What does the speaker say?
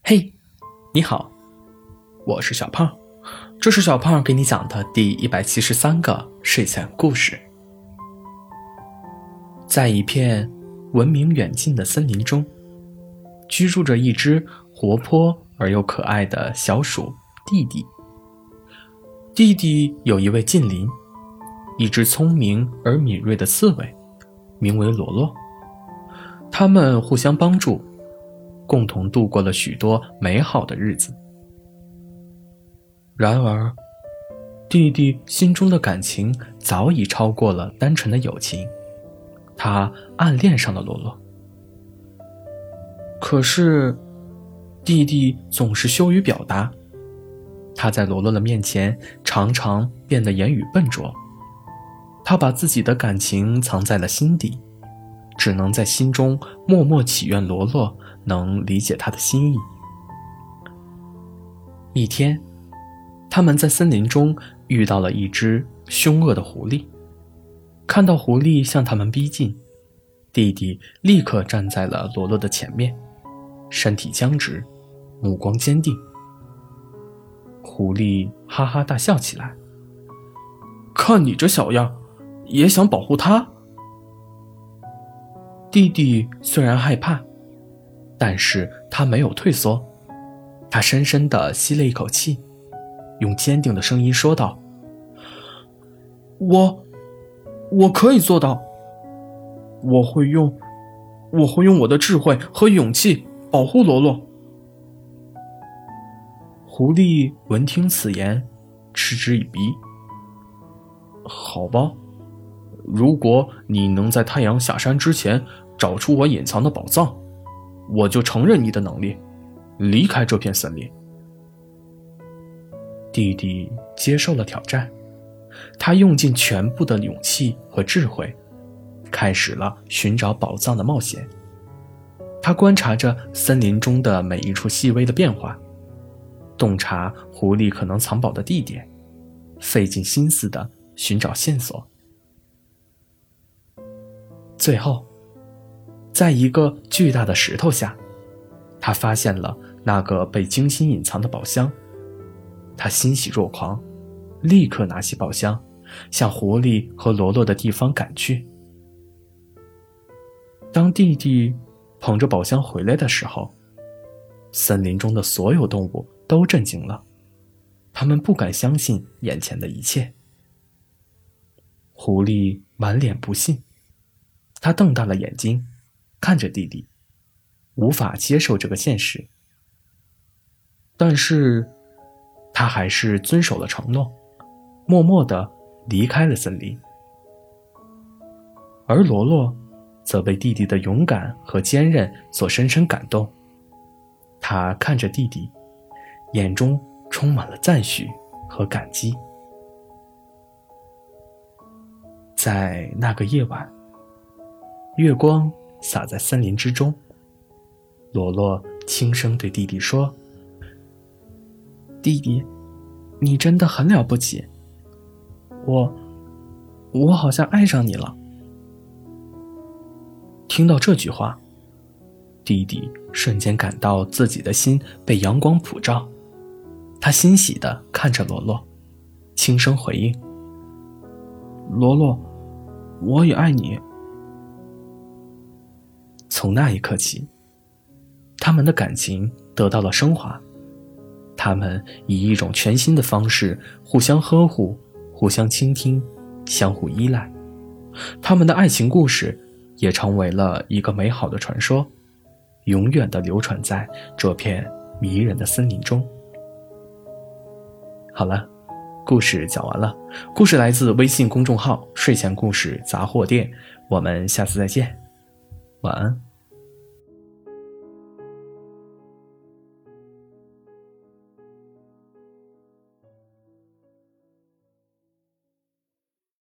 嘿，你好，我是小胖，这是小胖给你讲的第173个睡前故事。在一片闻名远近的森林中，居住着一只活泼而又可爱的小鼠弟弟。弟弟有一位近邻，一只聪明而敏锐的刺猬，名为罗罗。他们互相帮助，共同度过了许多美好的日子。然而，弟弟心中的感情早已超过了单纯的友情，他暗恋上了罗罗。可是，弟弟总是羞于表达，他在罗罗的面前常常变得言语笨拙，他把自己的感情藏在了心底，只能在心中默默祈愿罗罗能理解他的心意。一天，他们在森林中遇到了一只凶恶的狐狸。看到狐狸向他们逼近，弟弟立刻站在了罗罗的前面，身体僵直，目光坚定。狐狸哈哈大笑起来，看你这小样，也想保护他？弟弟虽然害怕，但是他没有退缩，他深深地吸了一口气，用坚定的声音说道：我可以做到，我会用我的智慧和勇气保护罗罗。狐狸闻听此言，嗤之以鼻。好吧，如果你能在太阳下山之前找出我隐藏的宝藏，我就承认你的能力，离开这片森林。弟弟接受了挑战，他用尽全部的勇气和智慧，开始了寻找宝藏的冒险。他观察着森林中的每一处细微的变化，洞察狐狸可能藏宝的地点，费尽心思地寻找线索。最后，在一个巨大的石头下，他发现了那个被精心隐藏的宝箱。他欣喜若狂，立刻拿起宝箱，向狐狸和罗罗的地方赶去。当弟弟捧着宝箱回来的时候，森林中的所有动物都震惊了，他们不敢相信眼前的一切。狐狸满脸不信，他瞪大了眼睛看着弟弟，无法接受这个现实。但是他还是遵守了承诺，默默地离开了森林。而罗罗则被弟弟的勇敢和坚韧所深深感动，他看着弟弟，眼中充满了赞许和感激。在那个夜晚，月光洒在森林之中，罗罗轻声对弟弟说：弟弟，你真的很了不起，我好像爱上你了。听到这句话，弟弟瞬间感到自己的心被阳光普照，他欣喜地看着罗罗，轻声回应：罗罗，我也爱你。从那一刻起，他们的感情得到了升华，他们以一种全新的方式互相呵护，互相倾听，相互依赖。他们的爱情故事也成为了一个美好的传说，永远地流传在这片迷人的森林中。好了，故事讲完了。故事来自微信公众号睡前故事杂货店，我们下次再见，晚安。